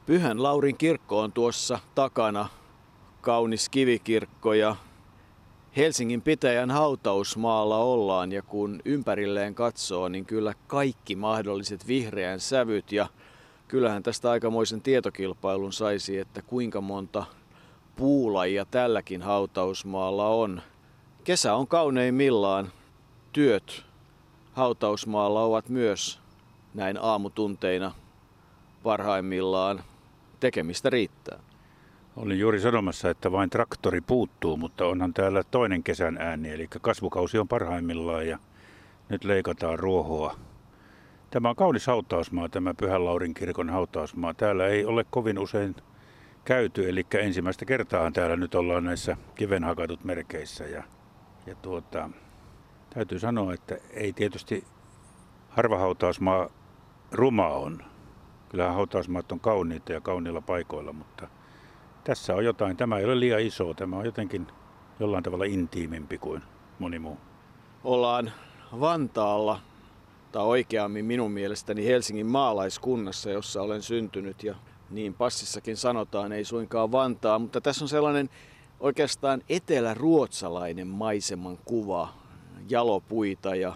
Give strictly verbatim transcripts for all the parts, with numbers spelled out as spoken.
Pyhän Laurin kirkko on tuossa takana, kaunis kivikirkko, ja Helsingin pitäjän hautausmaalla ollaan, ja kun ympärilleen katsoo, niin kyllä kaikki mahdolliset vihreän sävyt, ja kyllähän tästä aikamoisen tietokilpailun saisi, että kuinka monta puulajia tälläkin hautausmaalla on. Kesä on kauneimmillaan. Työt hautausmaalla ovat myös näin aamutunteina parhaimmillaan. Tekemistä riittää. Olin juuri sanomassa, että vain traktori puuttuu, mutta onhan täällä toinen kesän ääni, eli kasvukausi on parhaimmillaan ja nyt leikataan ruohoa. Tämä on kaunis hautausmaa, tämä Pyhän Laurin kirkon hautausmaa. Täällä ei ole kovin usein käyty, eli ensimmäistä kertaa täällä nyt ollaan näissä kivenhakatut merkeissä. Ja, ja tuota, täytyy sanoa, että ei tietysti harva hautausmaa ruma on. Kyllähän hautausmaat on kauniita ja kauniilla paikoilla, mutta tässä on jotain. Tämä ei ole liian iso, tämä on jotenkin jollain tavalla intiimimpi kuin moni muu. Ollaan Vantaalla, tai oikeammin minun mielestäni Helsingin maalaiskunnassa, jossa olen syntynyt, ja niin passissakin sanotaan, ei suinkaan Vantaa, mutta tässä on sellainen oikeastaan eteläruotsalainen maiseman kuva, jalopuita ja,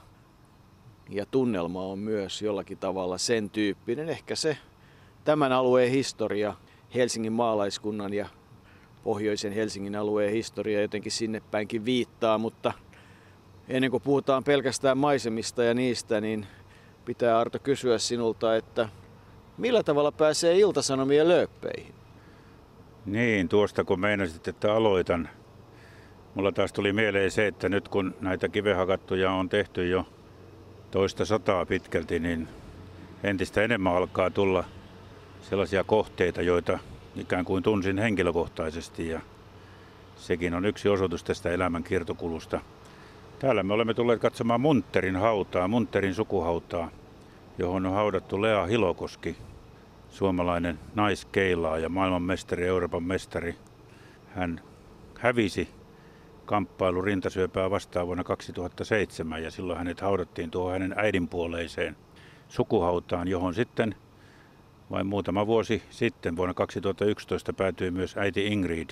ja tunnelma on myös jollakin tavalla sen tyyppinen. Ehkä se tämän alueen historia, Helsingin maalaiskunnan ja pohjoisen Helsingin alueen historia jotenkin sinne päinkin viittaa, mutta ennen kuin puhutaan pelkästään maisemista ja niistä, niin pitää Arto kysyä sinulta, että millä tavalla pääsee Ilta-Sanomien lööppeihin? Niin, tuosta kun meinasit, että aloitan. Mulla taas tuli mieleen se, että nyt kun näitä kivenhakattuja on tehty jo toista sataa pitkälti, niin entistä enemmän alkaa tulla sellaisia kohteita, joita ikään kuin tunsin henkilökohtaisesti. Ja sekin on yksi osoitus tästä elämän kiertokulusta. Täällä me olemme tulleet katsomaan Munterin hautaa, Munterin sukuhautaa, johon on haudattu Lea Hilokoski, suomalainen naiskeilaaja, maailmanmestari, Euroopan mestari. Hän hävisi kamppailu rintasyöpää vastaan vuonna kaksituhattaseitsemän ja silloin hänet haudattiin tuohon hänen äidinpuoleiseen sukuhautaan, johon sitten vain muutama vuosi sitten vuonna kaksituhattayksitoista päätyi myös äiti Ingrid.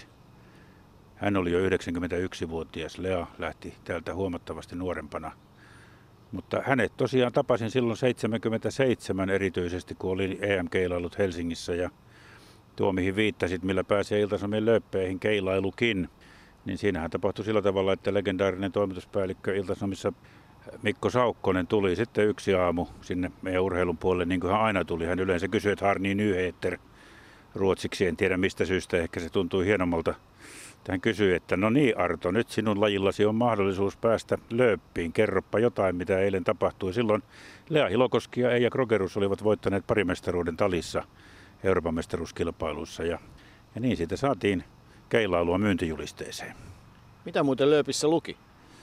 Hän oli jo yhdeksänkymmentäyksivuotias, Lea lähti täältä huomattavasti nuorempana. Mutta hänet tosiaan tapasin silloin seitsemänkymmentäseitsemän erityisesti, kun olin E M-keilailut Helsingissä. Ja tuo, mihin viittasit, millä pääsee Ilta-Sanomien lööppeihin, keilailukin, niin siinähän tapahtui sillä tavalla, että legendaarinen toimituspäällikkö Ilta-Sanomissa Mikko Saukkonen tuli sitten yksi aamu sinne meidän urheilun puolelle, niin kuin hän aina tuli. Hän yleensä kysyi, että Harni Nyheter ruotsiksi, en tiedä mistä syystä, ehkä se tuntui hienommalta. Hän kysyi, että no niin Arto, nyt sinun lajillasi on mahdollisuus päästä lööppiin. Kerropa jotain, mitä eilen tapahtui. Silloin Lea Hilokoski ja Eija Krogerus olivat voittaneet parimestaruuden Talissa Euroopan mestaruuskilpailuissa. Ja, ja niin siitä saatiin keilailua myyntijulisteeseen. Mitä muuten lööpissä luki?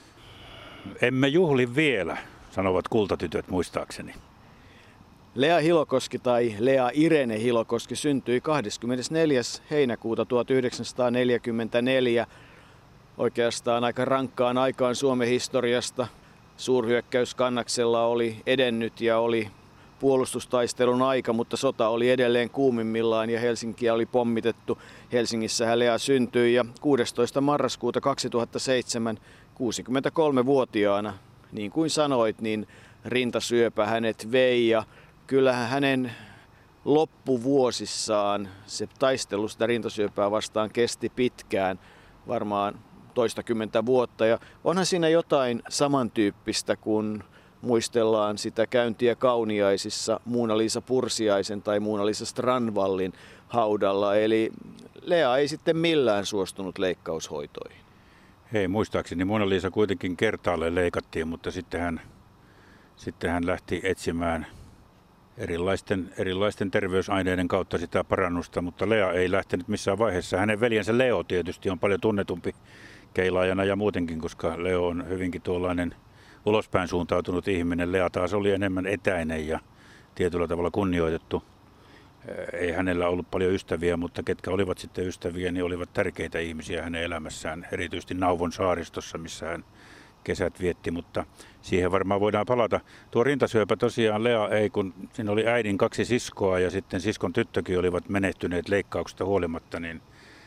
Emme juhli vielä, sanovat kultatytöt muistaakseni. Lea Hilokoski tai Lea Irene Hilokoski syntyi kahdeskymmenesneljäs heinäkuuta tuhatyhdeksänsataaneljäkymmentäneljä. Oikeastaan aika rankkaan aikaan Suomen historiasta. Suurhyökkäys Kannaksella oli edennyt ja oli puolustustaistelun aika, mutta sota oli edelleen kuumimmillaan ja Helsinkiä oli pommitettu. Helsingissähän Lea syntyi ja kuudestoista marraskuuta kaksituhattaseitsemän kuusikymmentäkolmevuotiaana, niin kuin sanoit, niin rintasyöpä hänet vei ja kyllähän hänen loppuvuosissaan se taistelu sitä rintasyöpää vastaan kesti pitkään, varmaan toistakymmentä vuotta. Ja onhan siinä jotain samantyyppistä, kun muistellaan sitä käyntiä Kauniaisissa Muuna-Liisa Pursiaisen tai Muuna-Liisa Strandvallin haudalla. Eli Lea ei sitten millään suostunut leikkaushoitoihin. Hei, muistaakseni Muuna-Liisa kuitenkin kertaalleen leikattiin, mutta sitten hän, sitten hän lähti etsimään Erilaisten, erilaisten terveysaineiden kautta sitä parannusta, mutta Lea ei lähtenyt missään vaiheessa. Hänen veljensä Leo tietysti on paljon tunnetumpi keilaajana ja muutenkin, koska Leo on hyvinkin tuollainen ulospäin suuntautunut ihminen. Lea taas oli enemmän etäinen ja tietyllä tavalla kunnioitettu. Ei hänellä ollut paljon ystäviä, mutta ketkä olivat sitten ystäviä, niin olivat tärkeitä ihmisiä hänen elämässään, erityisesti Nauvon saaristossa, missä hän kesät vietti, mutta siihen varmaan voidaan palata. Tuo rintasyöpä tosiaan Lea ei, kun siinä oli äidin kaksi siskoa ja sitten siskon tyttökin olivat menehtyneet leikkauksesta huolimatta, niin,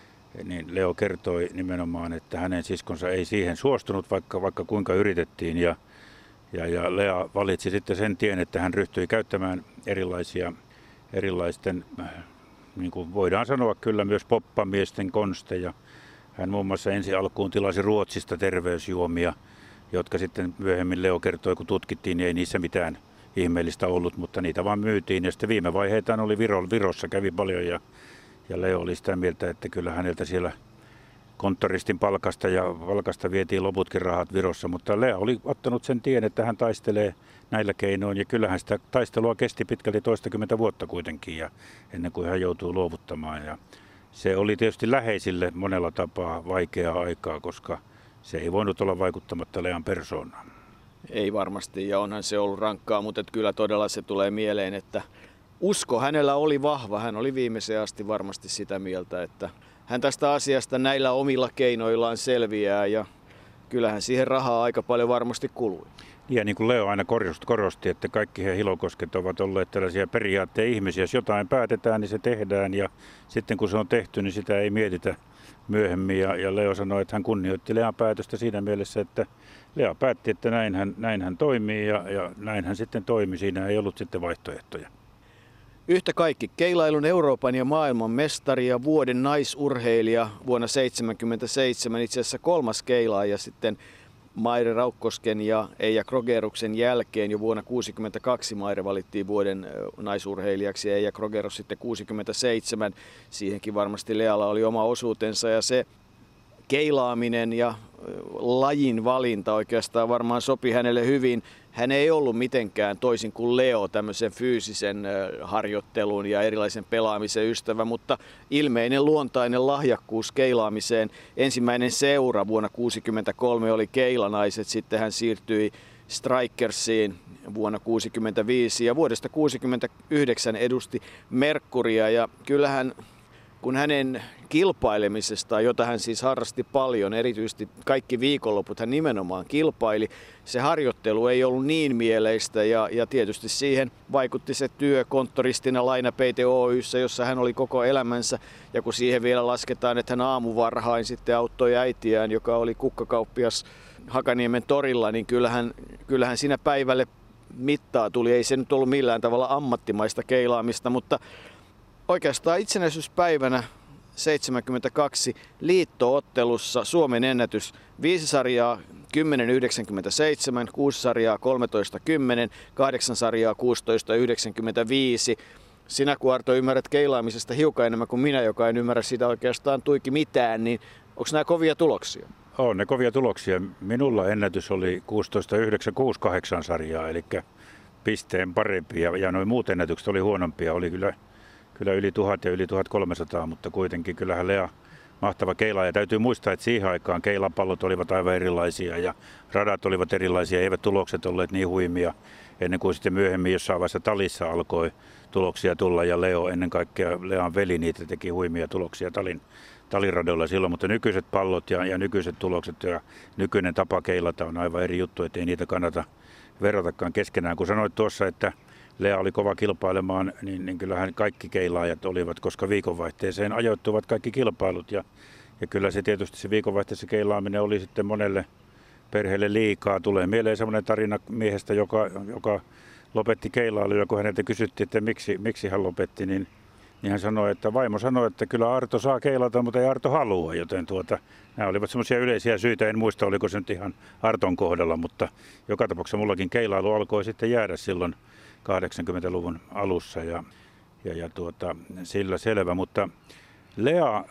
niin Leo kertoi nimenomaan, että hänen siskonsa ei siihen suostunut, vaikka, vaikka kuinka yritettiin. Ja, ja, ja Lea valitsi sitten sen tien, että hän ryhtyi käyttämään erilaisia, erilaisten, niin kuin voidaan sanoa kyllä myös poppamiesten konsteja. Hän muun muassa ensi alkuun tilasi Ruotsista terveysjuomia, jotka sitten myöhemmin Leo kertoi, kun tutkittiin, niin ei niissä mitään ihmeellistä ollut, mutta niitä vaan myytiin. Ja sitten viime vaiheitaan oli Viro, Virossa, kävi paljon ja, ja Leo oli sitä mieltä, että kyllä häneltä siellä konttoristin palkasta ja palkasta vietiin loputkin rahat Virossa. Mutta Leo oli ottanut sen tien, että hän taistelee näillä keinoin ja kyllähän sitä taistelua kesti pitkälti toistakymmentä vuotta kuitenkin ja ennen kuin hän joutuu luovuttamaan. Ja se oli tietysti läheisille monella tapaa vaikeaa aikaa, koska se ei voinut olla vaikuttamatta Lean persoonaan. Ei varmasti, ja onhan se ollut rankkaa, mutta kyllä todella se tulee mieleen, että usko hänellä oli vahva. Hän oli viimeiseen asti varmasti sitä mieltä, että hän tästä asiasta näillä omilla keinoillaan selviää, ja kyllähän siihen rahaa aika paljon varmasti kului. Ja niin kuin Leo aina korosti, että kaikki he Hilokosket ovat olleet tällaisia periaatteen ihmisiä. Jos jotain päätetään, niin se tehdään, ja sitten kun se on tehty, niin sitä ei mietitä myöhemmin. Ja, ja Leo sanoi, että hän kunnioitti Lean päätöstä siinä mielessä, että Lea päätti, että näin hän, näin hän toimii, ja, ja näin hän sitten toimi. Siinä ei ollut sitten vaihtoehtoja. Yhtä kaikki keilailun Euroopan ja maailman mestari ja vuoden naisurheilija vuonna tuhatyhdeksänsataaseitsemänkymmentäseitsemän, itse asiassa kolmas keilaaja sitten Maire Raukkosken ja Eija Krogeruksen jälkeen. Jo vuonna tuhatyhdeksänsataakuusikymmentäkaksi Maire valittiin vuoden naisurheilijaksi ja Eija Krogerus sitten kuusikymmentäseitsemän. Siihenkin varmasti Lealla oli oma osuutensa, ja se keilaaminen ja lajin valinta oikeastaan varmaan sopi hänelle hyvin. Hän ei ollut mitenkään toisin kuin Leo tämmöisen fyysisen harjoittelun ja erilaisen pelaamisen ystävä, mutta ilmeinen luontainen lahjakkuus keilaamiseen. Ensimmäinen seura vuonna tuhatyhdeksänsataakuusikymmentäkolme oli Keilanaiset, sitten hän siirtyi Strikersiin vuonna tuhatyhdeksänsataakuusikymmentäviisi ja vuodesta tuhatyhdeksänsataakuusikymmentäyhdeksän edusti Mercuria, ja kyllähän kun hänen kilpailemisestaan, jota hän siis harrasti paljon, erityisesti kaikki viikonloput hän nimenomaan kilpaili, se harjoittelu ei ollut niin mieleistä, ja, ja tietysti siihen vaikutti se työ konttoristina Lainapeite Oy:ssä, jossa hän oli koko elämänsä, ja kun siihen vielä lasketaan, että hän aamuvarhain sitten auttoi äitiään, joka oli kukkakauppias Hakaniemen torilla, niin kyllähän, kyllähän siinä päivälle mittaa tuli. Ei se nyt ollut millään tavalla ammattimaista keilaamista, mutta oikeastaan itsenäisyyspäivänä seitsemänkymmentäkaksi liittoottelussa Suomen ennätys viisi sarjaa kymmenen yhdeksänkymmentäseitsemän, kuusi sarjaa kolmetoista kymmenen, kahdeksan sarjaa kuusitoista yhdeksänkymmentäviisi. Sinä, kun Arto ymmärrät keilaamisesta hiukan enemmän kuin minä, joka en ymmärrä siitä oikeastaan tuiki mitään, niin onko nämä kovia tuloksia? On ne kovia tuloksia. Minulla ennätys oli kuusitoista yhdeksän kuusi kahdeksan sarjaa, eli pisteen parempi, ja, ja noin muut ennätykset oli huonompia. Oli kyllä Kyllä yli tuhat ja yli tuhatkolmesataa, mutta kuitenkin kyllähän Lea mahtava keilaaja. Ja täytyy muistaa, että siihen aikaan keilapallot olivat aivan erilaisia ja radat olivat erilaisia. Eivät tulokset olleet niin huimia ennen kuin sitten myöhemmin jossain vaiheessa Talissa alkoi tuloksia tulla. Ja Leo, ennen kaikkea Lean veli, niitä teki huimia tuloksia Talin, Taliradoilla silloin. Mutta nykyiset pallot ja, ja nykyiset tulokset ja nykyinen tapa keilata on aivan eri juttu, ettei niitä kannata verratakaan keskenään. Kun sanoit tuossa, että Lea oli kova kilpailemaan, niin, niin kyllähän kaikki keilaajat olivat, koska viikonvaihteeseen ajoittuvat kaikki kilpailut. Ja, ja kyllä se tietysti se viikonvaihteessa keilaaminen oli sitten monelle perheelle liikaa. Tulee mieleen sellainen tarina miehestä, joka, joka lopetti keilailuja, kun häneltä kysyttiin, että miksi, miksi hän lopetti, niin, niin hän sanoi, että vaimo sanoi, että kyllä Arto saa keilata, mutta ei Arto halua. Joten tuota, nämä olivat semmoisia yleisiä syitä, en muista oliko se nyt ihan Arton kohdalla, mutta joka tapauksessa mullakin keilailu alkoi sitten jäädä silloin kahdeksankymmentäluvun alussa ja, ja, ja tuota, sillä selvä, mutta Lea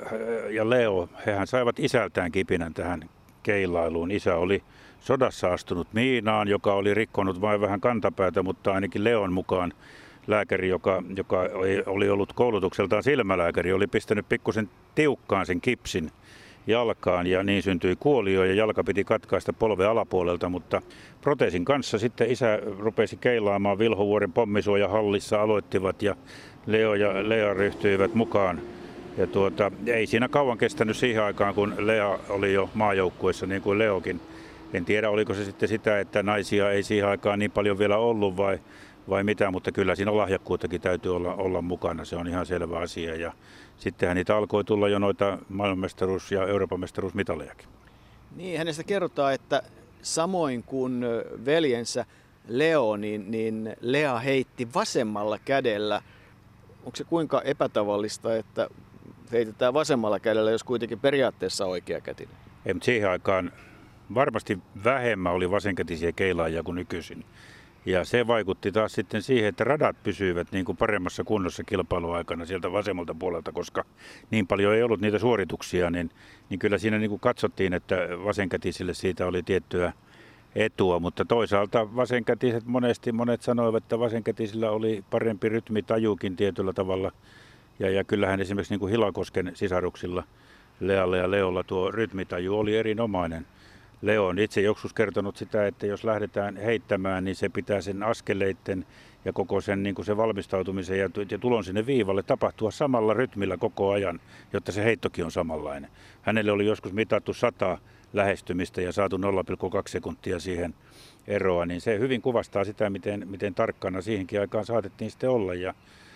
ja Leo, hehän saivat isältään kipinän tähän keilailuun. Isä oli sodassa astunut miinaan, joka oli rikkonut vain vähän kantapäätä, mutta ainakin Leon mukaan lääkäri, joka, joka oli ollut koulutukseltaan silmälääkäri, oli pistänyt pikkusen tiukkaan sen kipsin jalkaan ja niin syntyi kuolio ja jalka piti katkaista polven alapuolelta, mutta proteesin kanssa sitten isä rupesi keilaamaan Vilhovuoren pommisuojahallissa, aloittivat ja Leo ja Lea ryhtyivät mukaan. Ja tuota, ei siinä kauan kestänyt siihen aikaan, kun Lea oli jo maajoukkueessa niin kuin Leokin. En tiedä, oliko se sitten sitä, että naisia ei siihen aikaan niin paljon vielä ollut vai, vai mitä, mutta kyllä siinä lahjakkuuttakin täytyy olla, olla mukana. Se on ihan selvä asia. Ja sittenhän niitä alkoi tulla jo noita maailmanmestaruus- ja Euroopan mestaruusmitalejakin. Niin, hänestä kerrotaan, että samoin kuin veljensä Leo, niin, niin Lea heitti vasemmalla kädellä. Onko se kuinka epätavallista, että heitetään vasemmalla kädellä, jos kuitenkin periaatteessa oikea kätinen? Ei, mutta siihen aikaan varmasti vähemmän oli vasenkätisiä keilaajia kuin nykyisin. Ja se vaikutti taas sitten siihen, että radat pysyivät niin kuin paremmassa kunnossa kilpailuaikana sieltä vasemmalta puolelta, koska niin paljon ei ollut niitä suorituksia, niin, niin kyllä siinä niin kuin katsottiin, että vasenkätisille siitä oli tiettyä etua, mutta toisaalta vasenkätiset monesti, monet sanoivat, että vasenkätisillä oli parempi rytmitajuukin tietyllä tavalla. Ja, ja kyllähän esimerkiksi niin kuin Hilakosken sisaruksilla, Lealla ja Leolla tuo rytmitaju oli erinomainen. Leo on itse joskus kertonut sitä, että jos lähdetään heittämään, niin se pitää sen askeleitten ja koko sen, niin kuin sen valmistautumisen ja, ja tulon sinne viivalle tapahtua samalla rytmillä koko ajan, jotta se heittokin on samanlainen. Hänelle oli joskus mitattu sata lähestymistä ja saatu nolla pilkku kaksi sekuntia siihen eroa, niin se hyvin kuvastaa sitä, miten, miten tarkkana siihenkin aikaan saatettiin sitten olla. Ja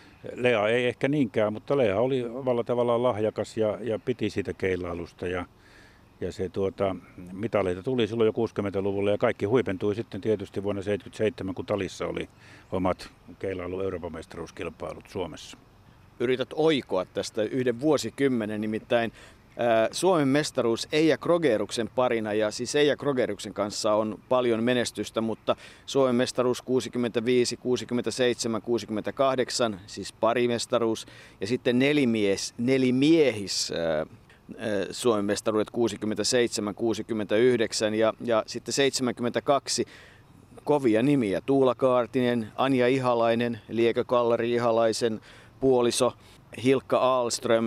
Lea ei ehkä niinkään, mutta Lea oli omalla tavallaan lahjakas ja, ja piti siitä keilailusta. Ja, ja se tuota, mitaleita tuli silloin jo kuusikymmentäluvulla ja kaikki huipentui sitten tietysti vuonna seitsemänkymmentäseitsemän, kun Talissa oli omat keilailu Euroopan mestaruuskilpailut Suomessa. Yrität oikoa tästä yhden vuosikymmenen, nimittäin ää, Suomen mestaruus Eija Krogeruksen parina, ja siis Eija Krogeruksen kanssa on paljon menestystä, mutta Suomen mestaruus kuusikymmentäviisi, kuusikymmentäseitsemän, kuusikymmentäkahdeksan, siis parimestaruus, ja sitten nelimies, nelimiehis ää, Suomen mestaruudet kuusikymmentäseitsemän, kuusikymmentäyhdeksän ja, ja sitten seitsemänkymmentäkaksi kovia nimiä. Tuula Kaartinen, Anja Ihalainen, Liekö Kallari Ihalaisen puoliso, Hilkka Ahlström,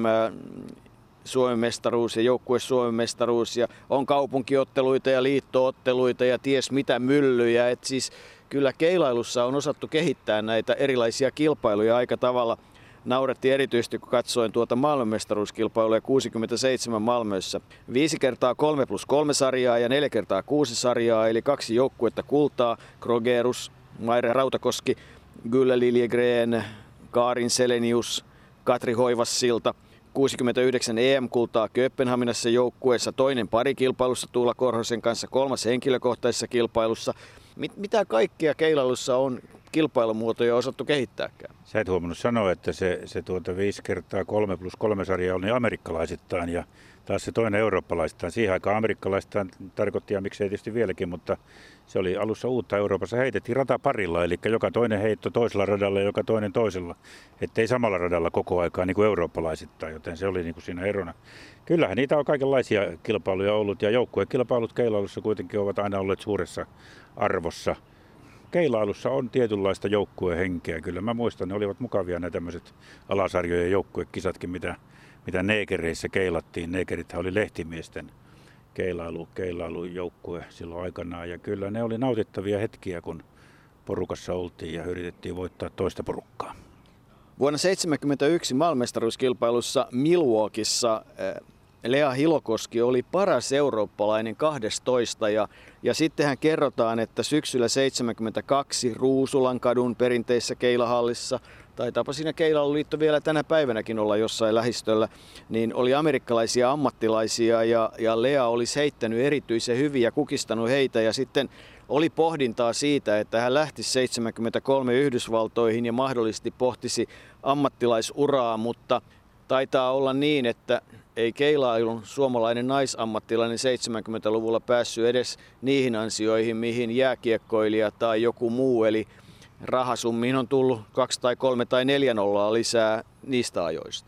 Suomen mestaruus ja joukkue Suomen mestaruus ja on kaupunkiotteluita ja liittootteluita ja ties mitä myllyjä. Et siis kyllä keilailussa on osattu kehittää näitä erilaisia kilpailuja aika tavalla. Naurettiin erityisesti, kun katsoin tuota maailmanmestaruuskilpailua kuusikymmentäseitsemän Malmössä. Viisi kertaa kolme plus kolme sarjaa ja neljä kertaa kuusi sarjaa, eli kaksi joukkuetta kultaa. Krogerus, Maire Rautakoski, Gylle Liljegren, Kaarin Selenius, Katri Hoivassilta. kuusikymmentäyhdeksän E M-kultaa Kööpenhaminassa joukkueessa, toinen parikilpailussa Tuula Korhosen kanssa, kolmas henkilökohtaisessa kilpailussa. Mit, mitä kaikkea keilailussa on kilpailumuotoja osattu kehittääkään? Sä et huomannut sanoa, että se, se tuota viisi kertaa kolme plus kolme sarjaa oli amerikkalaisittain ja taas se toinen eurooppalaisittain. Siihen aikaan amerikkalaisittain tarkoitti ja miksei tietysti vieläkin, mutta se oli alussa uutta Euroopassa. Heitettiin rataparilla, eli joka toinen heitto toisella radalla ja joka toinen toisella. Ettei samalla radalla koko aikaa niin kuin eurooppalaisittain, joten se oli niin kuin siinä erona. Kyllähän niitä on kaikenlaisia kilpailuja ollut ja joukkuekilpailut keilailussa kuitenkin ovat aina olleet suuressa arvossa. Keilailussa on tietynlaista joukkuehenkeä. Kyllä mä muistan, ne olivat mukavia nämä tämmöiset alasarjojen joukkuekisatkin, mitä, mitä neekereissä keilattiin. Neekerithän oli lehtimiesten keilailu, keilailujoukkue silloin aikanaan. Ja kyllä ne oli nautittavia hetkiä, kun porukassa oltiin ja yritettiin voittaa toista porukkaa. Vuonna tuhatyhdeksänsataaseitsemänkymmentäyksi maailmanmestaruuskilpailussa Milwaukeessa Lea Hilokoski oli paras eurooppalainen kahdestoista ja, ja sittenhän kerrotaan, että syksyllä seitsemänkymmentäkaksi Ruusulan kadun perinteisessä keilahallissa, taitaapa siinä Keilailuliitto vielä tänä päivänäkin olla jossain lähistöllä, niin oli amerikkalaisia ammattilaisia ja, ja Lea olisi heittänyt erityisen hyvin ja kukistanut heitä ja sitten oli pohdintaa siitä, että hän lähtisi seitsemänkymmentäkolme Yhdysvaltoihin ja mahdollisesti pohtisi ammattilaisuraa, mutta taitaa olla niin, että ei keilailun suomalainen naisammattilainen seitsemänkymmentäluvulla päässyt edes niihin ansioihin, mihin jääkiekkoilija tai joku muu. Eli rahasummiin on tullut kaksi tai kolme tai neljä nollaa lisää niistä ajoista.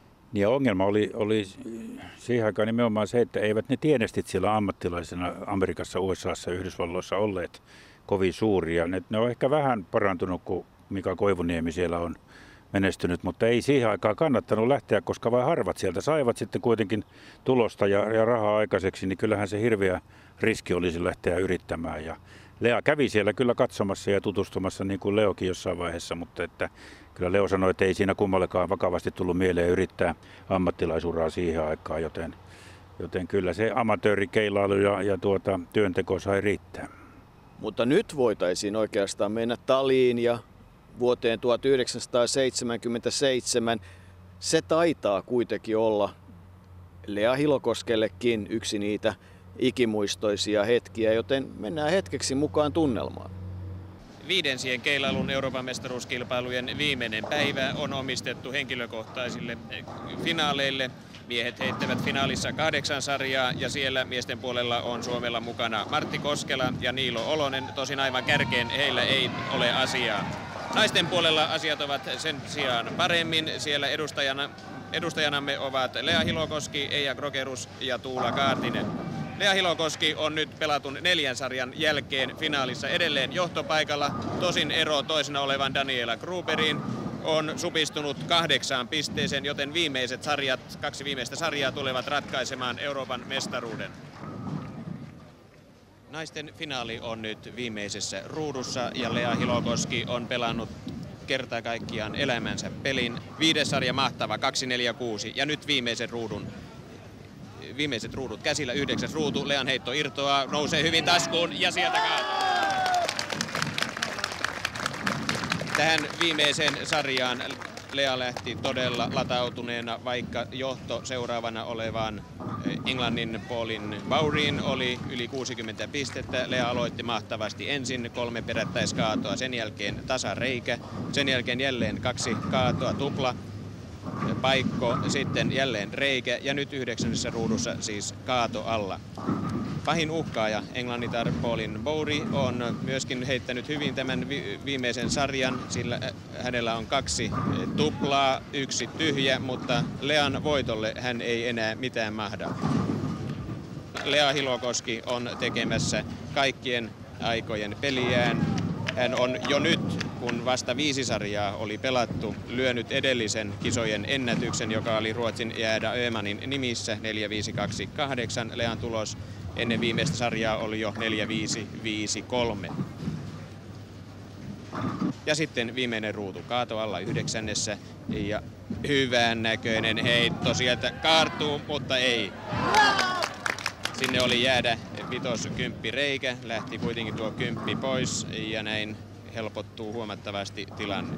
Ja ongelma oli, oli siihen aikaan nimenomaan se, että eivät ne tienestit siellä ammattilaisena Amerikassa, U S A:ssa ja Yhdysvalloissa olleet kovin suuria. Ne, ne on ehkä vähän parantunut, kun Mika Koivuniemi siellä on menestynyt, mutta ei siihen aikaan kannattanut lähteä, koska vain harvat sieltä saivat sitten kuitenkin tulosta ja, ja rahaa aikaiseksi, niin kyllähän se hirveä riski olisi lähteä yrittämään. Ja Lea kävi siellä kyllä katsomassa ja tutustumassa niin kuin Leokin jossain vaiheessa, mutta että kyllä Leo sanoi, että ei siinä kummallekaan vakavasti tullut mieleen yrittää ammattilaisuraa siihen aikaan, joten Joten kyllä se amatöörikeilailu ja, ja tuota, työnteko sai riittää. Mutta nyt voitaisiin oikeastaan mennä Taliin ja vuoteen tuhatyhdeksänsataaseitsemänkymmentäseitsemän. Se taitaa kuitenkin olla Lea Hilokoskellekin yksi niitä ikimuistoisia hetkiä, joten mennään hetkeksi mukaan tunnelmaan. Viidensien keilailun Euroopan mestaruuskilpailujen viimeinen päivä on omistettu henkilökohtaisille finaaleille. Miehet heittävät finaalissa kahdeksan sarjaa ja siellä miesten puolella on Suomella mukana Martti Koskela ja Niilo Olonen. Tosin aivan kärkeen heillä ei ole asiaa. Naisten puolella asiat ovat sen sijaan paremmin. Siellä edustajana, edustajanamme ovat Lea Hilokoski, Eija Grogerus ja Tuula Kaartinen. Lea Hilokoski on nyt pelatun neljän sarjan jälkeen finaalissa edelleen johtopaikalla. Tosin ero toisena olevan Daniela Gruberiin on supistunut kahdeksaan pisteeseen, joten viimeiset sarjat, kaksi viimeistä sarjaa tulevat ratkaisemaan Euroopan mestaruuden. Naisten finaali on nyt viimeisessä ruudussa ja Lea Hilokoski on pelannut kerta kaikkiaan elämänsä pelin. Viides sarja mahtava kaksi neljä kuusi ja nyt viimeisen ruudun. Viimeiset ruudut käsillä, yhdeksäs ruutu, Lean heitto irtoaa, nousee hyvin taskuun ja sieltä kaatuu. Tähän viimeiseen sarjaan Lea lähti todella latautuneena, vaikka johto seuraavana olevaan Englannin Paulin Bowryin oli yli kuusikymmentä pistettä. Lea aloitti mahtavasti ensin kolme perättäiskaatoa, sen jälkeen tasareikä, sen jälkeen jälleen kaksi kaatoa tupla. Paikko, sitten jälleen reikä ja nyt yhdeksännessä ruudussa siis kaato alla. Pahin uhkaaja englannitar Paulin Bowrey on myöskin heittänyt hyvin tämän vi- viimeisen sarjan, sillä hänellä on kaksi tuplaa, yksi tyhjä, mutta Lean voitolle hän ei enää mitään mahda. Lea Hilokoski on tekemässä kaikkien aikojen peliään. Hän on jo nyt, kun vasta viisi sarjaa oli pelattu, lyönyt edellisen kisojen ennätyksen, joka oli Ruotsin Jäädä Öhmanin nimissä neljä viisi kaksi kahdeksan. Lean tulos ennen viimeistä sarjaa oli jo neljä viisi viisi kolme. Ja sitten viimeinen ruutu kaato alla yhdeksännessä ja hyvän näköinen heitto sieltä kaartuu, mutta ei. Sinne oli jäädä vitos kymppi reikä, lähti kuitenkin tuo kymppi pois ja näin helpottuu huomattavasti tilanne.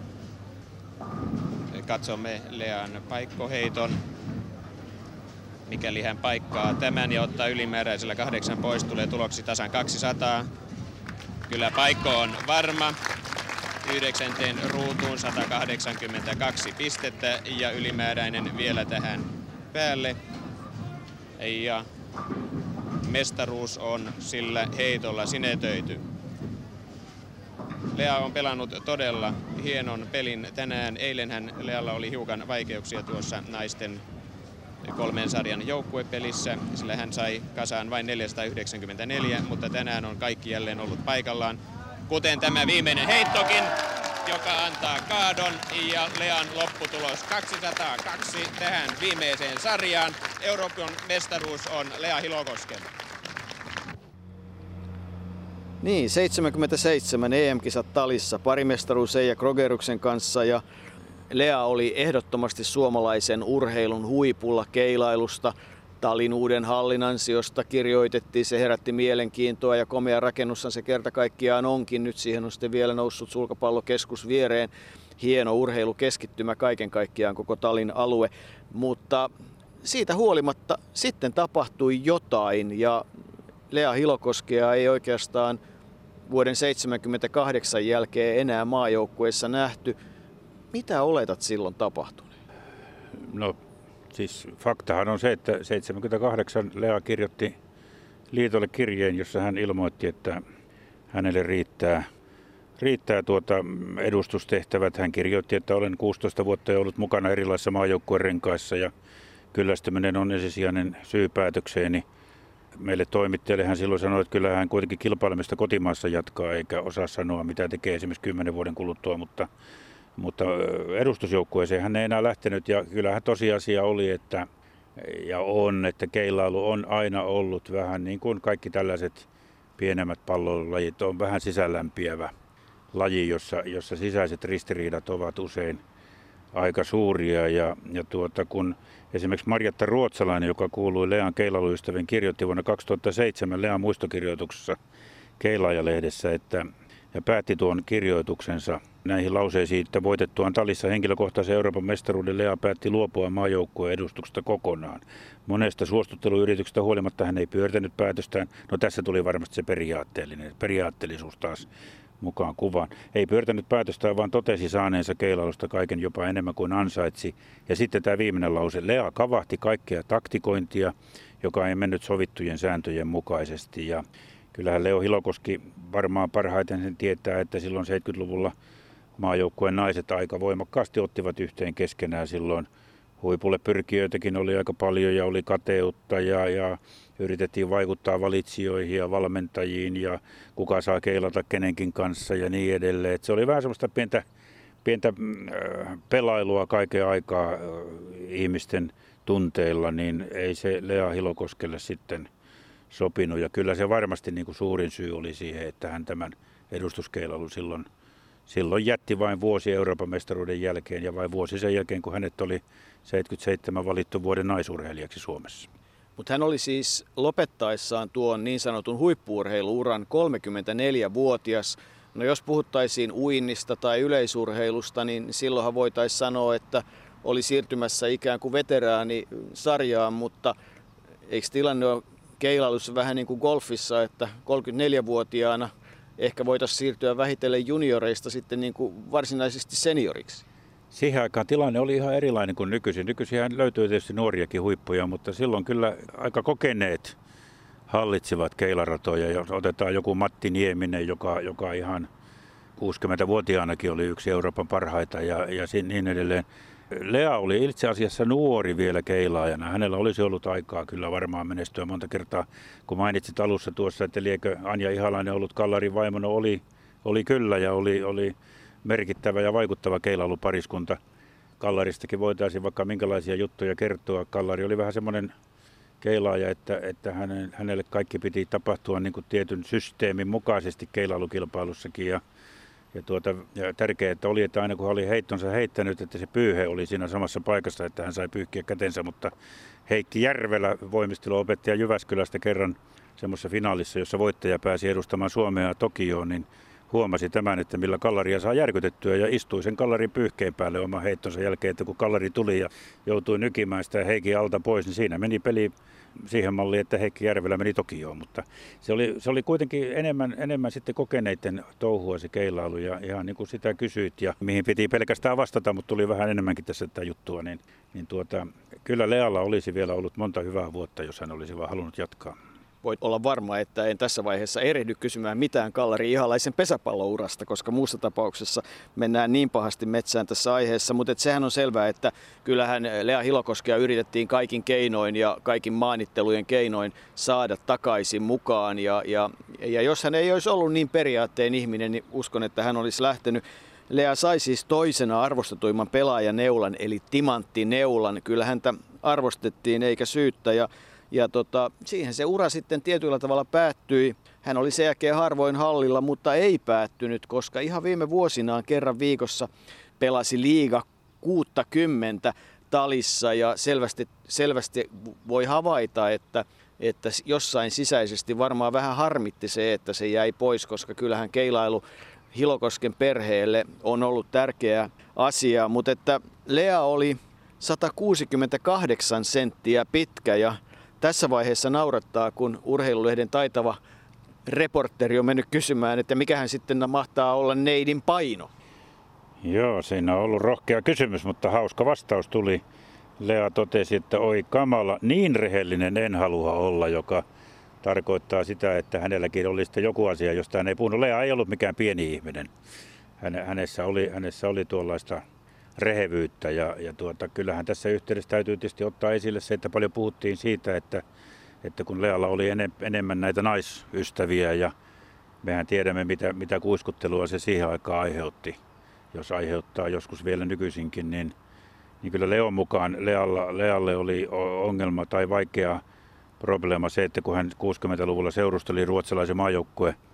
Katsomme Lean paikkoheiton. Mikäli hän paikkaa tämän ja ottaa ylimääräisellä kahdeksan pois, tulee tuloksi tasan kaksisataa. Kyllä paikko on varma. Yhdeksänteen ruutuun sata kahdeksankymmentäkaksi pistettä ja ylimääräinen vielä tähän päälle. Ja mestaruus on sillä heitolla sinetöity. Lea on pelannut todella hienon pelin tänään. Eilenhän Lealla oli hiukan vaikeuksia tuossa naisten kolmen sarjan joukkuepelissä, sillä hän sai kasaan vain neljäsataayhdeksänkymmentäneljä, mutta tänään on kaikki jälleen ollut paikallaan. Kuten tämä viimeinen heittokin, joka antaa kaadon ja Lean lopputulos kaksisataakaksi tähän viimeiseen sarjaan. Euroopan mestaruus on Lea Hilokoskella. Niin, seitsemänkymmentäseitsemän E M-kisat Talissa, parimestaruus Eija Grogeruksen kanssa ja Lea oli ehdottomasti suomalaisen urheilun huipulla keilailusta. Talin uuden hallin ansiosta kirjoitettiin, se herätti mielenkiintoa ja komea rakennushan se kerta kaikkiaan onkin. Nyt siihen on sitten vielä noussut sulkapallokeskus viereen. Hieno urheilukeskittymä kaiken kaikkiaan koko Talin alue, mutta siitä huolimatta sitten tapahtui jotain ja Lea Hilokoskea ei oikeastaan vuoden seitsemänkymmentäkahdeksan jälkeen enää maajoukkueessa nähty. Mitä oletat silloin tapahtuneen? No siis faktahan on se, että seitsemänkymmentäkahdeksan Lea kirjoitti liitolle kirjeen, jossa hän ilmoitti, että hänelle riittää, riittää tuota edustustehtävät. Hän kirjoitti, että olen kuusitoista vuotta jo ollut mukana erilaisissa maajoukkueen renkaissa ja kyllästyminen on ensisijainen syy päätökseeni. Meille toimittajalle hän silloin sanoi, että kyllä hän kuitenkin kilpailemista kotimaassa jatkaa eikä osaa sanoa, mitä tekee esimerkiksi kymmenen vuoden kuluttua, mutta, mutta edustusjoukkueeseen hän ei enää lähtenyt ja kyllähän tosiasia oli, että ja on, että keilailu on aina ollut vähän niin kuin kaikki tällaiset pienemmät pallolajit on vähän sisäänlämpiävä laji, jossa, jossa sisäiset ristiriidat ovat usein, aika suuria. Ja, ja tuota, kun esimerkiksi Marjatta Ruotsalainen, joka kuului Lean keilailuystäviin, kirjoitti vuonna kaksituhattaseitsemän Lean muistokirjoituksessa Keilaaja-lehdessä, että ja päätti tuon kirjoituksensa näihin lauseisiin, että voitettuaan Talissa henkilökohtaisen Euroopan mestaruuden Lea päätti luopua maajoukkueen edustuksesta kokonaan. Monesta suostutteluyrityksestä huolimatta hän ei pyörtänyt päätöstään. No tässä tuli varmasti se periaatteellinen, periaatteellisuus taas mukaan kuvaan. Ei pyörtänyt päätöstään, vaan totesi saaneensa keilailusta kaiken jopa enemmän kuin ansaitsi. Ja sitten tämä viimeinen lause. Lea kavahti kaikkea taktikointia, joka ei mennyt sovittujen sääntöjen mukaisesti. Ja kyllähän Leo Hilokoski varmaan parhaiten sen tietää, että silloin seitsemänkymmentäluvulla maajoukkueen naiset aika voimakkaasti ottivat yhteen keskenään silloin. Huipulle pyrkijöitäkin oli aika paljon ja oli kateutta ja, ja yritettiin vaikuttaa valitsijoihin ja valmentajiin ja kuka saa keilata kenenkin kanssa ja niin edelleen. Et se oli vähän semmoista pientä, pientä pelailua kaiken aikaa ihmisten tunteilla, niin ei se Lea Hilokoskelle sitten sopinut. Ja kyllä se varmasti niin kuin suurin syy oli siihen, että hän tämän edustuskeilailun silloin, silloin jätti vain vuosi Euroopan mestaruuden jälkeen ja vain vuosi sen jälkeen, kun hänet oli seitsemänkymmentäseitsemän valittu vuoden naisurheilijaksi Suomessa. Mutta hän oli siis lopettaessaan tuon niin sanotun huippu-urheiluuran kolmekymmentäneljävuotias. No jos puhuttaisiin uinnista tai yleisurheilusta, niin silloinhan voitaisiin sanoa, että oli siirtymässä ikään kuin veteraanisarjaan, mutta eikö tilanne ole keilailussa vähän niin kuin golfissa, että kolmekymmentäneljävuotiaana ehkä voitaisiin siirtyä vähitellen junioreista sitten niin kuin varsinaisesti senioriksi? Siihen aikaan tilanne oli ihan erilainen kuin nykyisin. Nykyisin löytyy tietysti nuoriakin huippuja, mutta silloin kyllä aika kokeneet hallitsivat keilaratoja. Jos otetaan joku Matti Nieminen, joka, joka ihan kuusikymmentävuotiaanakin oli yksi Euroopan parhaita ja, ja niin edelleen. Lea oli itse asiassa nuori vielä keilaajana. Hänellä olisi ollut aikaa kyllä varmaan menestyä monta kertaa. Kun mainitsit alussa tuossa, että liekö Anja Ihalainen ollut Kallarin vaimona, oli, oli kyllä ja oli, oli merkittävä ja vaikuttava keilailupariskunta. Kallaristakin voitaisiin vaikka minkälaisia juttuja kertoa. Kallari oli vähän semmoinen keilaaja, että, että hänelle kaikki piti tapahtua niin kuin tietyn systeemin mukaisesti keilailukilpailussakin. Ja Ja, tuota, ja tärkeää oli, että aina kun hän oli heittonsa heittänyt, että se pyyhe oli siinä samassa paikassa, että hän sai pyyhkiä kätensä. Mutta Heikki Järvelä, voimisteluopettaja Jyväskylästä kerran semmoisessa finaalissa, jossa voittaja pääsi edustamaan Suomea Tokioon, niin huomasi tämän, että millä kallaria saa järkytettyä ja istui sen kallarin pyyhkeen päälle oman heittonsa jälkeen, että kun kallari tuli ja joutui nykimään sitä Heikin alta pois, niin siinä meni peli siihen malliin, että Heikki Järvelä meni Tokioon, mutta se oli, se oli kuitenkin enemmän, enemmän sitten kokeneiden touhua se keilailu ja ihan niin kuin sitä kysyit ja mihin piti pelkästään vastata, mutta tuli vähän enemmänkin tässä tätä juttua, niin, niin tuota, kyllä Lealla olisi vielä ollut monta hyvää vuotta, jos hän olisi vaan halunnut jatkaa. Voit olla varma, että en tässä vaiheessa erehdy kysymään mitään Kallari Ihalaisen pesäpallourasta, koska muussa tapauksessa mennään niin pahasti metsään tässä aiheessa. Mutta sehän on selvää, että kyllähän Lea Hilokoskea yritettiin kaikin keinoin ja kaikin maanittelujen keinoin saada takaisin mukaan. Ja, ja, ja jos hän ei olisi ollut niin periaatteen ihminen, niin uskon, että hän olisi lähtenyt. Lea sai siis toisena arvostetuimman pelaajaneulan, eli timanttineulan. Kyllä häntä arvostettiin eikä syyttä. Ja Ja tota, siihen se ura sitten tietyllä tavalla päättyi. Hän oli sen jälkeen harvoin hallilla, mutta ei päättynyt, koska ihan viime vuosinaan kerran viikossa pelasi liiga kuusikymmentä Talissa ja selvästi, selvästi voi havaita, että, että jossain sisäisesti varmaan vähän harmitti se, että se jäi pois, koska kyllähän keilailu Hilokosken perheelle on ollut tärkeä asia, mutta että Lea oli sata kuusikymmentäkahdeksan senttiä pitkä ja tässä vaiheessa naurattaa, kun Urheilulehden taitava reporteri on mennyt kysymään, että mikähän sitten mahtaa olla neidin paino. Joo, siinä on ollut rohkea kysymys, mutta hauska vastaus tuli. Lea totesi, että oi kamala, niin rehellinen en halua olla, joka tarkoittaa sitä, että hänelläkin oli sitten joku asia, josta hän ei puhunut. Lea ei ollut mikään pieni ihminen. Hänessä oli, hänessä oli tuollaista rehevyyttä ja, ja tuota, kyllähän tässä yhteydessä täytyy tietysti ottaa esille se, että paljon puhuttiin siitä, että, että kun Lealla oli enem, enemmän näitä naisystäviä ja mehän tiedämme mitä, mitä kuiskuttelua se siihen aikaan aiheutti, jos aiheuttaa joskus vielä nykyisinkin, niin, niin kyllä Leon mukaan Lealla, Lealle oli ongelma tai vaikea probleema se, että kun hän kuusikymmentäluvulla seurusteli ruotsalaisen maajoukkueen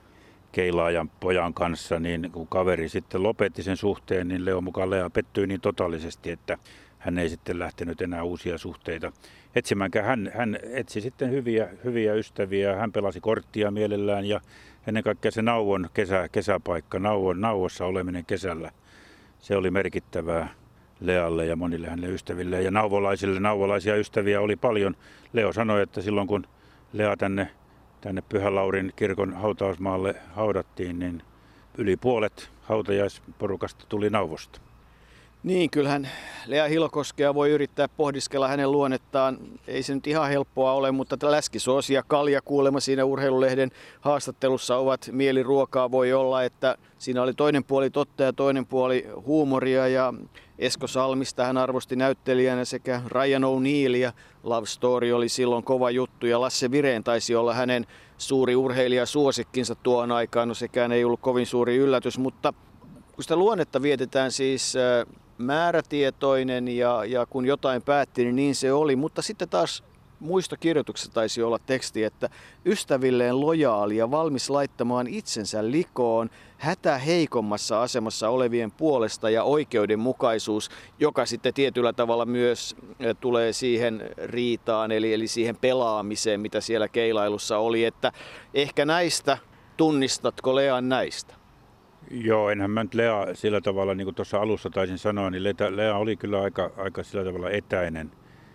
keilaajan pojan kanssa, niin kun kaveri sitten lopetti sen suhteen, niin Leo mukaan Lea pettyi niin totaalisesti, että hän ei sitten lähtenyt enää uusia suhteita etsimäänkään. Hän, hän etsi sitten hyviä, hyviä ystäviä, hän pelasi korttia mielellään ja ennen kaikkea se Nauvon kesä, kesäpaikka, Nauvon, Nauvossa oleminen kesällä, se oli merkittävää Lealle ja monille hänelle ystäville. Ja nauvolaisille, nauvolaisia ystäviä oli paljon. Leo sanoi, että silloin kun Lea tänne, tänne Pyhän Laurin kirkon hautausmaalle haudattiin, niin yli puolet hautajaisporukasta tuli Nauvosta. Niin, kyllähän Lea Hilokoskea voi yrittää pohdiskella hänen luonnettaan. Ei se nyt ihan helppoa ole, mutta läskisoosi ja kalja kuulemma siinä Urheilulehden haastattelussa ovat mieliruokaa. Voi olla, että siinä oli toinen puoli totta ja toinen puoli huumoria. Ja Esko Salmista hän arvosti näyttelijänä sekä Ryan O'Neillia. Love Story oli silloin kova juttu ja Lasse Vireen taisi olla hänen suuri urheilijasuosikkinsa tuon aikaan. No sekään ei ollut kovin suuri yllätys, mutta kun sitä luonnetta vietetään siis määrätietoinen ja, ja kun jotain päätti, niin niin se oli. Mutta sitten taas muistokirjoituksessa taisi olla teksti, että ystävilleen lojaali ja valmis laittamaan itsensä likoon hätä heikommassa asemassa olevien puolesta ja oikeudenmukaisuus, joka sitten tietyllä tavalla myös tulee siihen riitaan, eli, eli siihen pelaamiseen, mitä siellä keilailussa oli. Että ehkä näistä, tunnistatko Lean näistä? Joo, enhän mä nyt Lea sillä tavalla, niin kuin tuossa alussa taisin sanoa, niin Lea oli kyllä aika, aika sillä tavalla etäinen.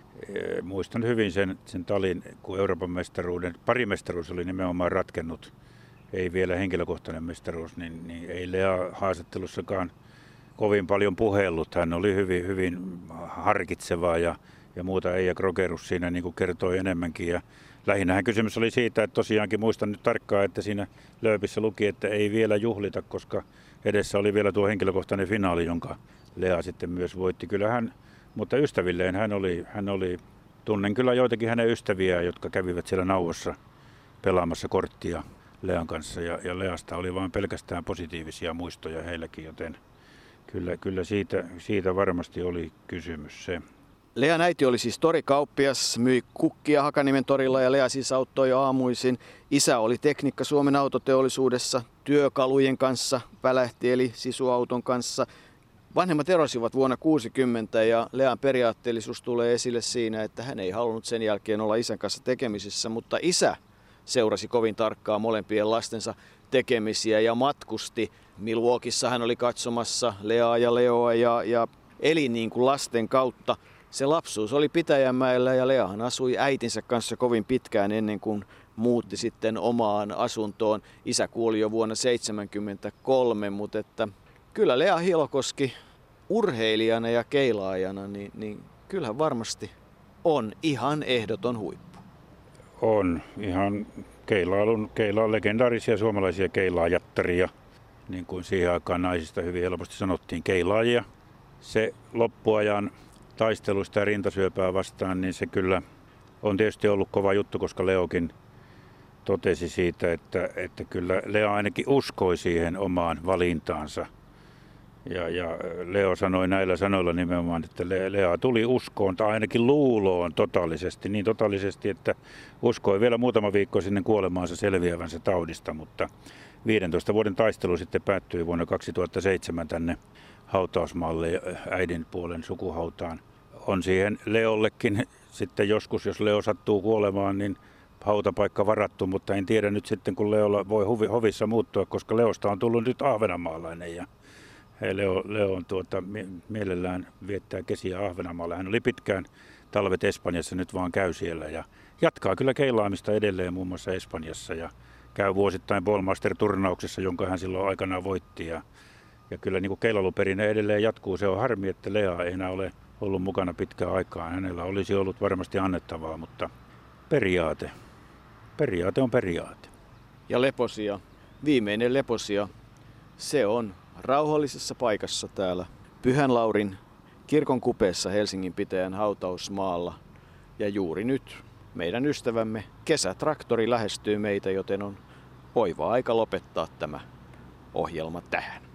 Muistan hyvin sen, sen talin, kun Euroopan mestaruuden, parimestaruus oli nimenomaan ratkennut, ei vielä henkilökohtainen mestaruus, niin, niin ei Lea haastattelussakaan kovin paljon puhellut. Hän oli hyvin, hyvin harkitseva ja, ja muuta. Eija Krogerus siinä niin kuin kertoi enemmänkin. Ja lähinnähän kysymys oli siitä, että tosiaankin muistan nyt tarkkaan, että siinä lööpissä luki, että ei vielä juhlita, koska edessä oli vielä tuo henkilökohtainen finaali, jonka Lea sitten myös voitti. Kyllä hän, mutta ystävilleen hän oli, hän oli, tunnen kyllä joitakin hänen ystäviä, jotka kävivät siellä Nauvossa pelaamassa korttia Lean kanssa. Ja, ja Leasta oli vain pelkästään positiivisia muistoja heilläkin, joten kyllä, kyllä siitä, siitä varmasti oli kysymys se. Lean äiti oli siis torikauppias, myi kukkia Hakaniemen torilla ja Lea siis auttoi aamuisin. Isä oli teknikka Suomen autoteollisuudessa, työkalujen kanssa välähti eli sisuauton kanssa. Vanhemmat erosivat vuonna kuusikymmentä ja Lean periaatteellisuus tulee esille siinä, että hän ei halunnut sen jälkeen olla isän kanssa tekemisissä, mutta isä seurasi kovin tarkkaan molempien lastensa tekemisiä ja matkusti. Milwaukeeissa hän oli katsomassa Leaa ja Leoa ja, ja eli niin kuin lasten kautta. Se lapsuus oli Pitäjänmäellä ja Leahan asui äitinsä kanssa kovin pitkään ennen kuin muutti sitten omaan asuntoon. Isä kuoli jo vuonna seitsemänkymmentäkolme, mutta että kyllä Lea Hilokoski urheilijana ja keilaajana, niin, niin kyllähän varmasti on ihan ehdoton huippu. On ihan keilailun, keilaan legendaarisia suomalaisia keilaajattaria, niin kuin siihen aikaan naisista hyvin helposti sanottiin, keilaajia. Se loppuajan taistelusta ja rintasyöpää vastaan, niin se kyllä on tietysti ollut kova juttu, koska Leokin totesi siitä, että, että kyllä Lea ainakin uskoi siihen omaan valintaansa. Ja, ja Leo sanoi näillä sanoilla nimenomaan, että Lea tuli uskoon tai ainakin luuloon totaalisesti, niin totaalisesti, että uskoi vielä muutama viikko sinne kuolemaansa selviävänsä taudista, mutta viidentoista vuoden taistelu sitten päättyi vuonna kaksituhattaseitsemän tänne hautausmaalle äidin puolen sukuhautaan. On siihen Leollekin sitten joskus, jos Leo sattuu kuolemaan, niin hautapaikka varattu, mutta en tiedä nyt sitten, kun Leolla voi hovissa muuttua, koska Leosta on tullut nyt ahvenanmaalainen ja Leo, Leo on tuota, mielellään viettää kesiä Ahvenanmaalla. Hän oli pitkään talvet Espanjassa, nyt vaan käy siellä ja jatkaa kyllä keilaamista edelleen muun muassa Espanjassa ja käy vuosittain Ballmaster-turnauksessa, jonka hän silloin aikanaan voitti. Ja, ja kyllä niin kuin keilailuperinne edelleen jatkuu. Se on harmi, että Lea ei enää ole ollut mukana pitkään aikaan. Hänellä olisi ollut varmasti annettavaa, mutta periaate. Periaate on periaate. Ja Leposia, viimeinen Leposia, se on rauhallisessa paikassa täällä Pyhän Laurin kirkon kupeessa Helsingin Pitäjän hautausmaalla. Ja juuri nyt meidän ystävämme kesätraktori lähestyy meitä, joten on oiva aika lopettaa tämä ohjelma tähän.